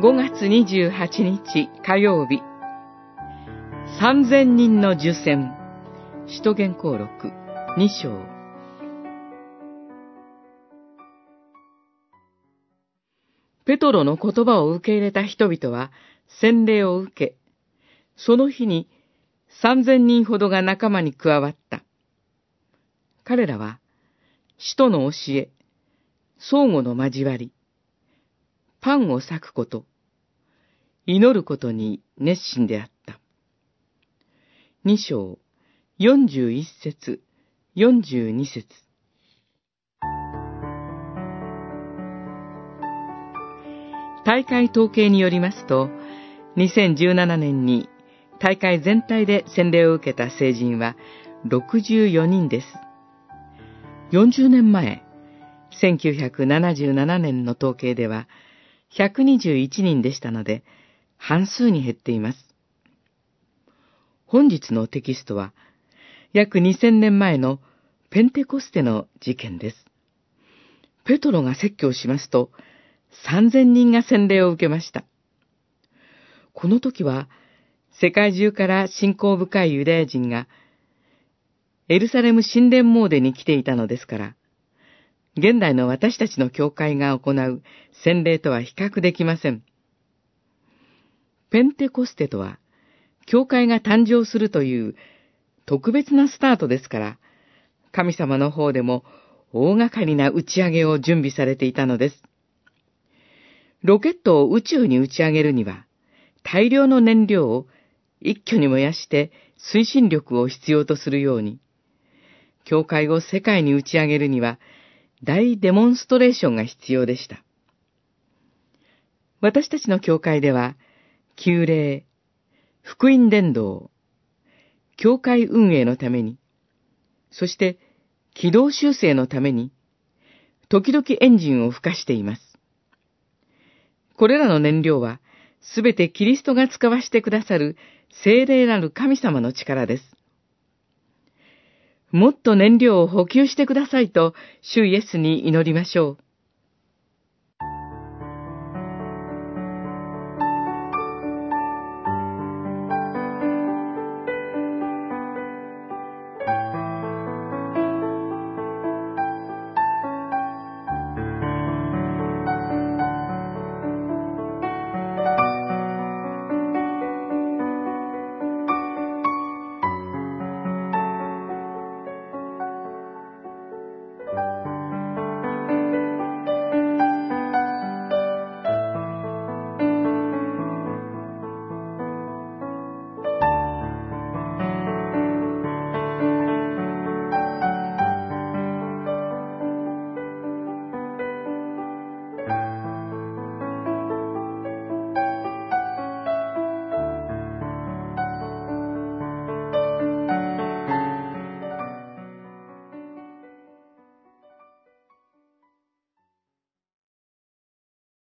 5月28日火曜日、3000人の受選、使徒言行録2章。ペトロの言葉を受け入れた人々は洗礼を受け、その日に3000人ほどが仲間に加わった。彼らは、使徒の教え、相互の交わり、パンを裂くこと、祈ることに熱心であった。2章、41節、42節。大会統計によりますと、2017年に大会全体で洗礼を受けた聖人は64人です。40年前、1977年の統計では121人でしたので、半数に減っています。本日のテキストは、約2000年前のペンテコステの事件です。ペトロが説教しますと、3000人が洗礼を受けました。この時は、世界中から信仰深いユダヤ人が、エルサレム神殿詣に来ていたのですから、現代の私たちの教会が行う洗礼とは比較できません。ペンテコステとは、教会が誕生するという特別なスタートですから、神様の方でも大掛かりな打ち上げを準備されていたのです。ロケットを宇宙に打ち上げるには、大量の燃料を一挙に燃やして推進力を必要とするように、教会を世界に打ち上げるには、大デモンストレーションが必要でした。私たちの教会では、旧礼、福音伝道、教会運営のために、そして軌道修正のために、時々エンジンを吹かしています。これらの燃料は、すべてキリストが使わしてくださる聖霊なる神様の力です。もっと燃料を補給してくださいと、主イエスに祈りましょう。